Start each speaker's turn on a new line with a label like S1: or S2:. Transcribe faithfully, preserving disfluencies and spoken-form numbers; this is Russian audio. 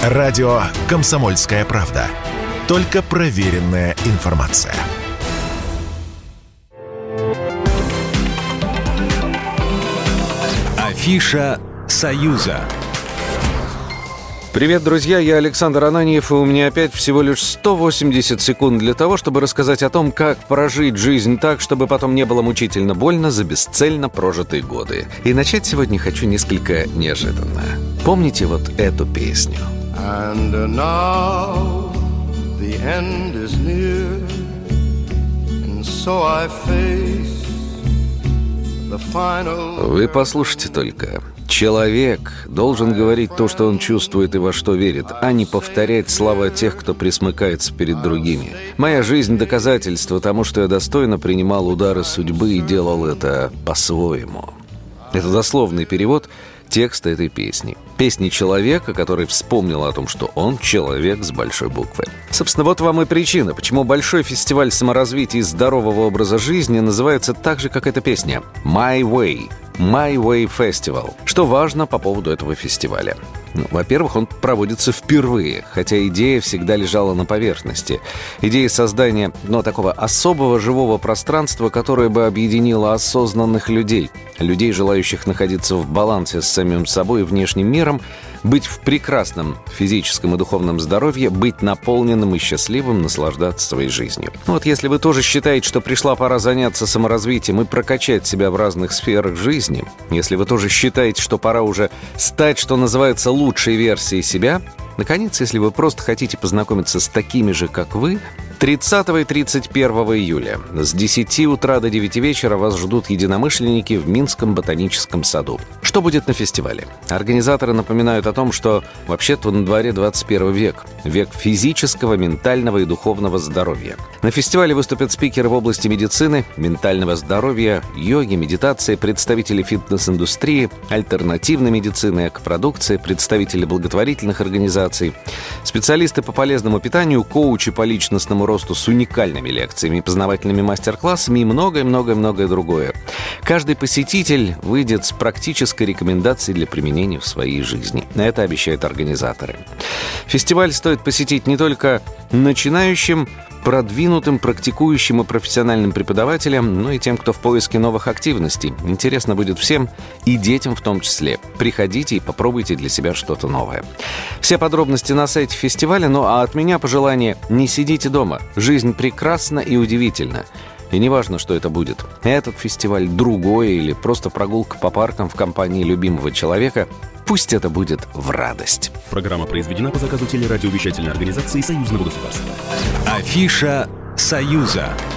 S1: Радио «Комсомольская правда». Только проверенная информация.
S2: Афиша «Союза».
S3: Привет, друзья, я Александр Ананьев, и у меня опять всего лишь сто восемьдесят секунд для того, чтобы рассказать о том, как прожить жизнь так, чтобы потом не было мучительно больно за бесцельно прожитые годы. И начать сегодня хочу несколько неожиданно. Помните вот эту песню?
S4: And now the end is near, and so I face the final...
S3: Вы послушайте только. Человек должен говорить то, что он чувствует и во что верит, а не повторять слова тех, кто присмыкается перед другими. Моя жизнь — доказательство тому, что я достойно принимал удары судьбы и делал это по-своему. Это дословный перевод текста этой песни. Песни человека, который вспомнил о том, что он человек с большой буквы. Собственно, вот вам и причина, почему большой фестиваль саморазвития и здорового образа жизни называется так же, как эта песня — «My Way». My Way Festival. Что важно по поводу этого фестиваля? Ну, во-первых, он проводится впервые, хотя идея всегда лежала на поверхности. Идея создания, ну, такого особого живого пространства, которое бы объединило осознанных людей, людей, желающих находиться в балансе с самим собой и внешним миром, быть в прекрасном физическом и духовном здоровье, быть наполненным и счастливым, наслаждаться своей жизнью. Ну вот если вы тоже считаете, что пришла пора заняться саморазвитием и прокачать себя в разных сферах жизни, если вы тоже считаете, что пора уже стать, что называется, лучшей версией себя, наконец, если вы просто хотите познакомиться с такими же, как вы, тридцатого и тридцать первого июля с десяти утра до девяти вечера вас ждут единомышленники в Минском ботаническом саду. Что будет на фестивале? Организаторы напоминают о том, что вообще-то на дворе двадцать первый век. Век физического, ментального и духовного здоровья. На фестивале выступят спикеры в области медицины, ментального здоровья, йоги, медитации, представители фитнес-индустрии, альтернативной медицины, экопродукции, представители благотворительных организаций, специалисты по полезному питанию, коучи по личностному росту с уникальными лекциями, познавательными мастер-классами и многое-многое-многое другое. Каждый посетитель выйдет с практической рекомендацией для применения в своей жизни. Это обещают организаторы. Фестиваль стоит посетить не только начинающим, продвинутым, практикующим и профессиональным преподавателям, но и тем, кто в поиске новых активностей. Интересно будет всем, и детям в том числе. Приходите и попробуйте для себя что-то новое. Все подробности на сайте фестиваля, ну а от меня пожелание: не сидите дома. Жизнь прекрасна и удивительна. И не важно, что это будет. Этот фестиваль, другой или просто прогулка по паркам в компании любимого человека, пусть это будет в радость.
S5: Программа произведена по заказу телерадиовещательной организации Союзного государства.
S2: Афиша «Союза».